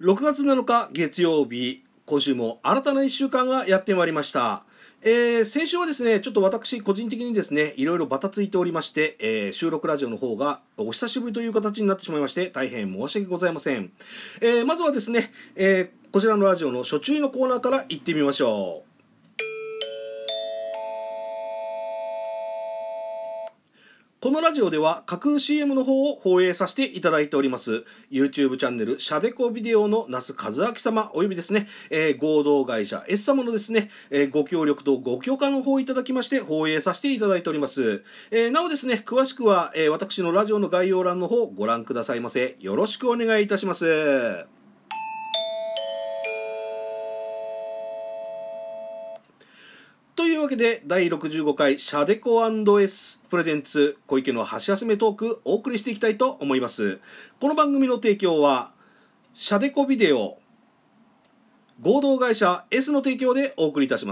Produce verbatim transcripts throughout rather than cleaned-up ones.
ろくがつなのか月曜日、今週も新たないっしゅうかんがやってまいりました。えー、先週はですね、ちょっと私個人的にですね、いろいろバタついておりまして、えー、収録ラジオの方がお久しぶりという形になってしまいまして、大変申し訳ございません。えー、まずはですね、えー、こちらのラジオの初注意のコーナーから行ってみましょう。このラジオでは架空 シーエム の方を放映させていただいております YouTube チャンネルシャデコビデオの那須和明様およびですね、えー、合同会社 S 様のですね、えー、ご協力とご許可の方をいただきまして放映させていただいております、えー、なおですね詳しくは、えー、私のラジオの概要欄の方をご覧くださいませ。よろしくお願いいたします。というわけでだいろくじゅうごかいシャデコ& S プレゼンツ小池の箸休めトークお送りしていきたいと思います。この番組の提供はシャデコビデオ合同会社 S の提供でお送りいたします。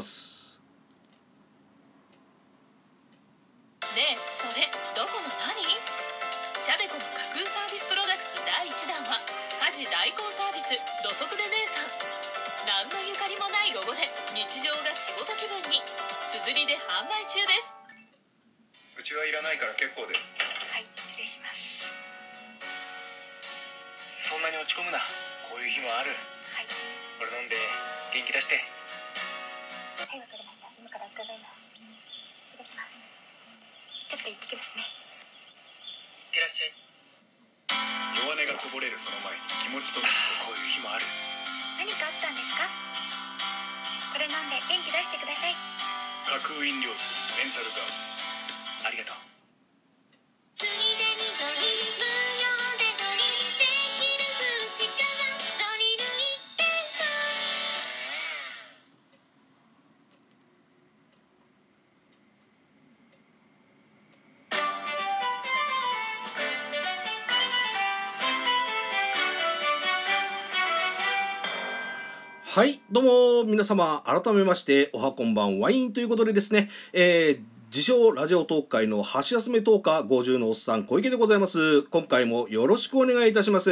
ねえそれどこの何？シャデコの架空サービスプロダクツだいいちだんは家事代行サービス土足で姉さん。何のゆかりもないロゴで日常が仕事気分にすずりで販売中です。 うちはいらないから結構です。 はい、失礼します。 そんなに落ち込むな。こういう日もある。 はい。 これ飲んで元気出して。 はい、わかりました。今から伺います。いただきます。ちょっと行ってきますね。 いらっしゃい。弱音がこぼれるその前に気持ちとこういう日もある。 何かあったんですか？これ飲んで元気出してください。 架空飲料水メンタルガムありがとう。 ついでにドリル無料でドリルできる風刺からドリルいってんはい、どうも皆様改めましておはこんばんワインということでですね、えー、自称ラジオトーク界の箸休めトーカーごじゅうのおっさん小池でございます。今回もよろしくお願いいたします。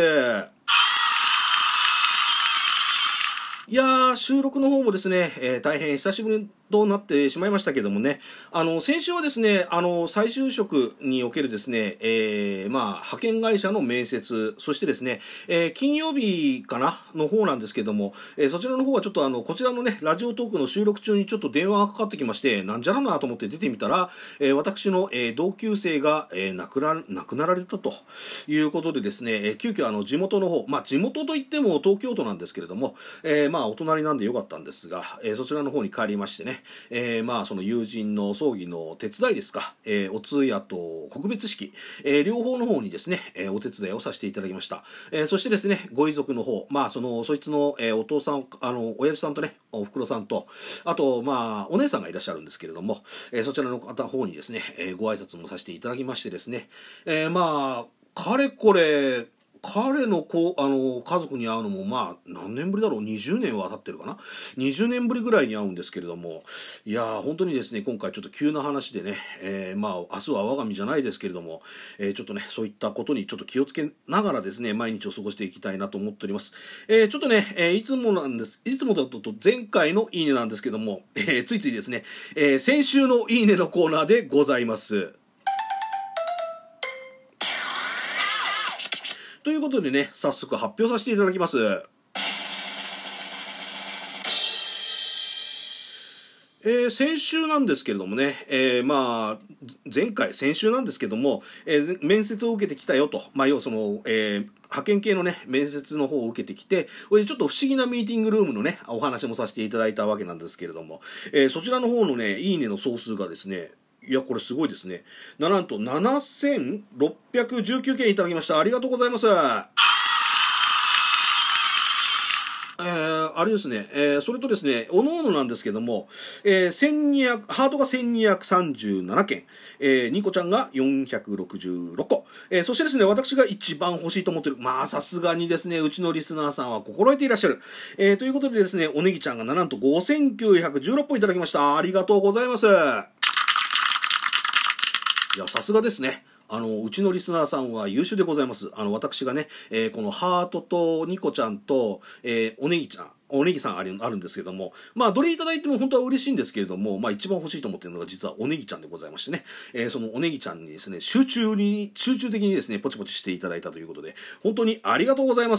いやー、収録の方もですね、えー、大変久しぶりとなってしまいましたけどもね、あの先週はですね、あの再就職におけるですね、えー、まあ派遣会社の面接、そしてですね、えー、金曜日かなの方なんですけども、えー、そちらの方はちょっとあのこちらのねラジオトークの収録中にちょっと電話がかかってきまして、なんじゃらなと思って出てみたら、えー、私の、えー、同級生が、えー、亡くな亡くなられたということでですね、えー、急遽あの地元の方、まあ地元といっても東京都なんですけれども、えー、まあお隣なんでよかったんですが、えー、そちらの方に帰りましてね、えー、まあその友人の葬儀の手伝いですか、えー、お通夜と告別式、えー、両方の方にですね、えー、お手伝いをさせていただきました。えー、そしてですね、ご遺族の方、まあそのそいつの、えー、お父さん、あの親父さんとね、おふくろさんと、あとまあお姉さんがいらっしゃるんですけれども、えー、そちらの方方にですね、えー、ご挨拶もさせていただきましてですね、えー、まあかれこれ彼の子あの家族に会うのもまあ何年ぶりだろう、にじゅうねんは経ってるかな、にじゅうねんぶりぐらいに会うんですけれども、いやー本当にですね今回ちょっと急な話でね、えー、まあ明日は我が身じゃないですけれども、えー、ちょっとねそういったことにちょっと気をつけながらですね毎日を過ごしていきたいなと思っております。えー、ちょっとね、えー、いつもなんですいつもだと前回のいいねなんですけども、えー、ついついですね、えー、先週のいいねのコーナーでございます。ということでね、早速発表させていただきます。えー、先週なんですけれどもね、えー、まあ前回先週なんですけども、えー、面接を受けてきたよと、まあ要はその、えー、派遣系のね面接の方を受けてきて、これちょっと不思議なミーティングルームのねお話もさせていただいたわけなんですけれども、えー、そちらの方のねいいねの総数がですね、いやこれすごいですね、なんとななせんろっぴゃくじゅうきゅうけんいただきました。ありがとうございます。えー、あれですね、えー、それとですね、おのおのなんですけども、えー、せんにひゃくハートがせんにひゃくさんじゅうななけん、えー、ニコちゃんがよんひゃくろくじゅうろっこ、えー、そしてですね、私が一番欲しいと思ってる、まあさすがにですね、うちのリスナーさんは心得ていらっしゃる、えー、ということでですね、おねぎちゃんがなんとごせんきゅうひゃくじゅうろっぽんいただきました。ありがとうございます。いやさすがですね。 あのうちのリスナーさんは優秀でございます。あの私がね、えー、このハートとニコちゃんと、えー、おねぎちゃんおねぎさんあるあるんですけども、まあどれいただいても本当は嬉しいんですけれども、まあ一番欲しいと思っているのが実はおねぎちゃんでございましてね、えー、そのおねぎちゃんにですね、集中に集中的にですねポチポチしていただいたということで、本当にありがとうございます。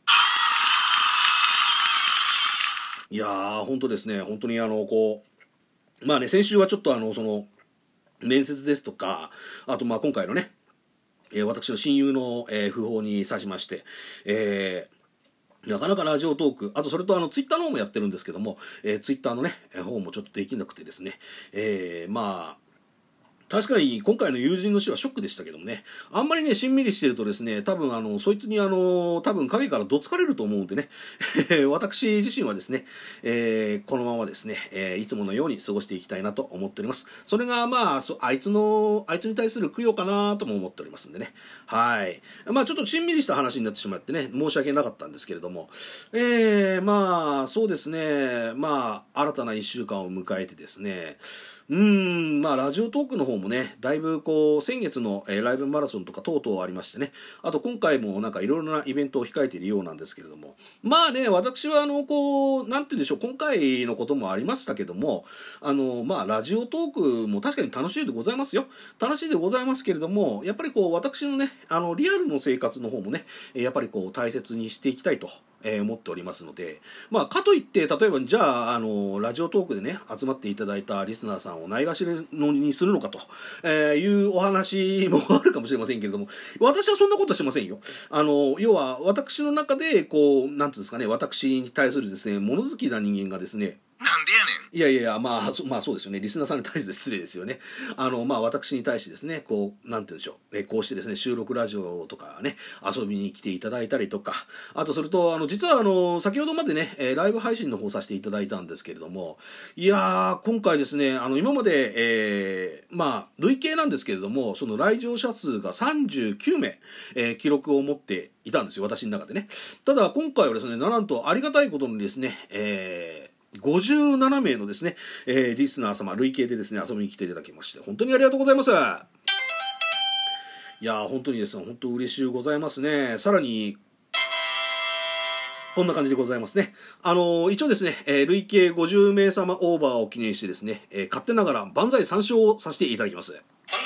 いやー本当ですね、本当にあのこうまあね、先週はちょっとあのその面接ですとか、あとまあ今回のね、えー、私の親友の、えー、訃報に際しまして、えーなかなかラジオトーク、あとそれとあのツイッターの方もやってるんですけども、えー、ツイッターのね、方もちょっとできなくてですね、えー、まあ、確かに今回の友人の死はショックでしたけどもね、あんまりねしんみりしてるとですね、多分あのそいつにあの多分影からどつかれると思うんでね私自身はですね、えー、このままですね、えー、いつものように過ごしていきたいなと思っております。それがまあそあいつのあいつに対する供養かなとも思っておりますんでね、はい、まあちょっとしんみりした話になってしまってね、申し訳なかったんですけれども、えー、まあそうですね、まあ新たないっしゅうかんを迎えてですね、うーんまあラジオトークの方もね、だいぶこう先月の、えー、ライブマラソンとか等々ありましてね、あと今回もなんかいろいろなイベントを控えているようなんですけれども、まあね、私はあのこうなんて言うんでしょう、今回のこともありましたけども、あのまあラジオトークも確かに楽しいでございますよ、楽しいでございますけれども、やっぱりこう私のねあのリアルの生活の方もね、やっぱりこう大切にしていきたいとえー、思っておりますので、まあ、かといって例えばじゃあ、あのラジオトークでね集まっていただいたリスナーさんをないがしろにするのかと、えー、いうお話もあるかもしれませんけれども、私はそんなことはしませんよ。あの要は私の中でこうなんていうんですかね、私に対するですね物好きな人間がですね、 なんでやねん。 いやいやいや、まあ、そまあそうですよね。リスナーさんに対して失礼ですよね。あの、まあ私に対してですね、こう、なんて言うんでしょう。えこうしてですね、収録ラジオとかね、遊びに来ていただいたりとか、あとそれと、あの、実はあの、先ほどまでね、えライブ配信の方させていただいたんですけれども、いやー、今回ですね、あの、今まで、えー、まあ、累計なんですけれども、その来場者数がさんじゅうきゅうめい、えー、記録を持っていたんですよ、私の中でね。ただ、今回はですね、なんとありがたいことにですね、えー、ごじゅうななめいのですね、えー、リスナー様累計でですね遊びに来ていただきまして本当にありがとうございます。いやー本当にですね、本当嬉しゅうございますね。さらにこんな感じでございますね。あのー、一応ですね、えー、累計ごじゅうめいさまオーバーを記念してですね、えー、勝手ながら万歳三唱をさせていただきます。万歳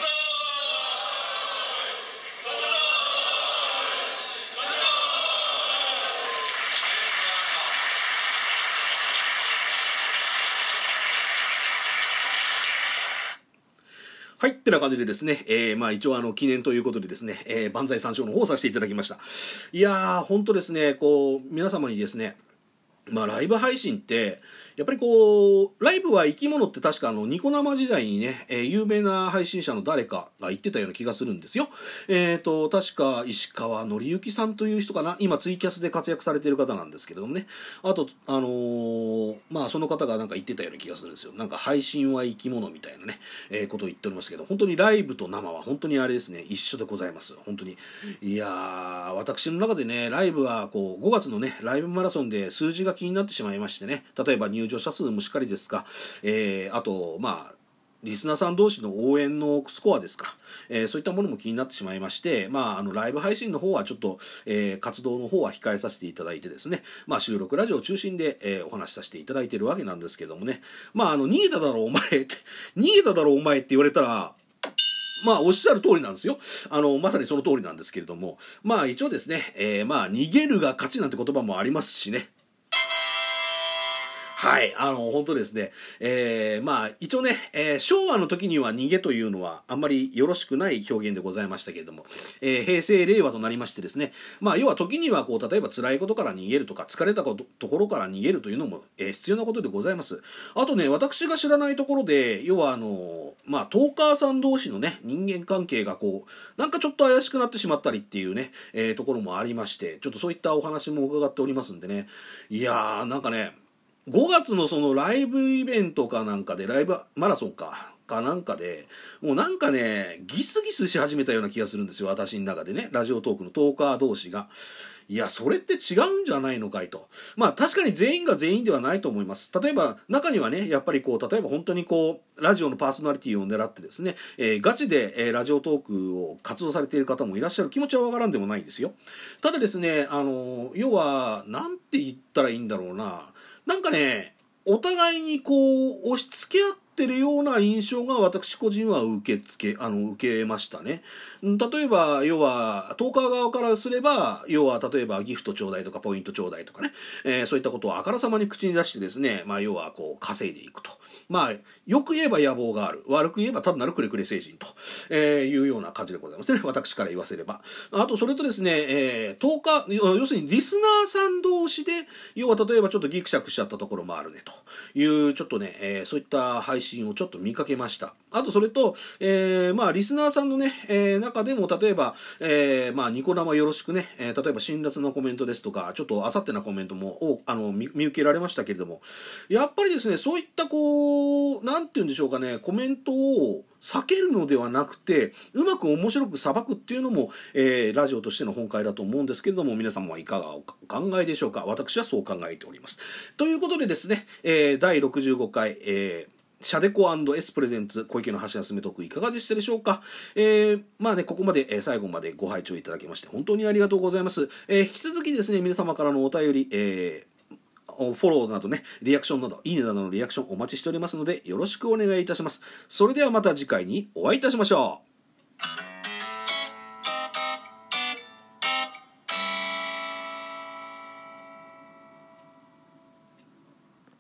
はい、ってな感じでですね、えー、まあ一応あの記念ということでですね、えー、万歳三唱の方をさせていただきました。いやー、ほんとですね、こう、皆様にですね、まあライブ配信ってやっぱりこうライブは生き物って確かあのニコ生時代にね、えー、有名な配信者の誰かが言ってたような気がするんですよ。えーと確か石川紀之さんという人かな、今ツイキャスで活躍されている方なんですけれどもね、あとあのー、まあその方がなんか言ってたような気がするんですよ。なんか配信は生き物みたいなね、えー、ことを言っておりましたけど、本当にライブと生は本当にあれですね、一緒でございます。本当にいやー、私の中でねライブはこうごがつのねライブマラソンで数字が気になってしまいましてね、例えば入場者数もしっかりですか、えー、あとまあリスナーさん同士の応援のスコアですか、えー、そういったものも気になってしまいまして、まあ、あのライブ配信の方はちょっと、えー、活動の方は控えさせていただいてですね、まあ、収録ラジオを中心で、えー、お話しさせていただいているわけなんですけどもね、まあ、あの逃げただろうお前って逃げただろうお前って言われたらまあおっしゃる通りなんですよ。あのまさにその通りなんですけれども、まあ一応ですね、えー、まあ逃げるが勝ちなんて言葉もありますしね。はい、あの本当ですね、えー、まあ一応ね、えー、昭和の時には逃げというのはあんまりよろしくない表現でございましたけれども、えー、平成令和となりましてですね、まあ要は時にはこう例えば辛いことから逃げるとか疲れたことところから逃げるというのも、えー、必要なことでございます。あとね、私が知らないところで要はあのまあトーカーさん同士のね人間関係がこうなんかちょっと怪しくなってしまったりっていうね、えー、ところもありまして、ちょっとそういったお話も伺っておりますんでね、いやーなんかねごがつのそのライブイベントかなんかでライブマラソンかかなんかでもうなんかねギスギスし始めたような気がするんですよ、私の中でね。ラジオトークのトーカー同士が、いやそれって違うんじゃないのかいと。まあ確かに全員が全員ではないと思います。例えば中にはねやっぱりこう例えば本当にこうラジオのパーソナリティを狙ってですね、えー、ガチで、えー、ラジオトークを活動されている方もいらっしゃる。気持ちはわからんでもないんですよ。ただですね、あの要はなんて言ったらいいんだろうな、なんかねお互いにこう押し付け合ってるような印象が私個人は受け付けあの受けましたね。例えば要はトーカー側からすれば、要は例えばギフトちょうだいとかポイントちょうだいとかね、えー、そういったことをあからさまに口に出してですね、まあ要はこう稼いでいくと。まあよく言えば野望がある、悪く言えば単なるくれくれ精神と、えー、いうような感じでございますね、私から言わせれば。あとそれとですね、えー、トーカー要するにリスナーさん同士で要は例えばちょっとギクシャクしちゃったところもあるねというちょっとね、えー、そういった配信をちょっと見かけました。あとそれと、えー、まあリスナーさんのね、えー、中でも例えば、えー、まあニコ生よろしくね、えー、例えば辛辣なコメントですとかちょっとあさってなコメントもあの 見, 見受けられましたけれども、やっぱりですねそういったこうなんて言うんでしょうかね、コメントを避けるのではなくてうまく面白くさばくっていうのも、えー、ラジオとしての本会だと思うんですけれども、皆様はいかがお考えでしょうか。私はそう考えております。ということでですね、えー、だいろくじゅうごかい、えーシャデコ&エスプレゼンツ小池の箸休めトークいかがでしたでしょうか。えー、まあねここまで、えー、最後までご拝聴いただきまして本当にありがとうございます。えー、引き続きですね皆様からのお便り、えー、フォローなどねリアクションなどいいねなどのリアクションお待ちしておりますのでよろしくお願いいたします。それではまた次回にお会いいたしましょう。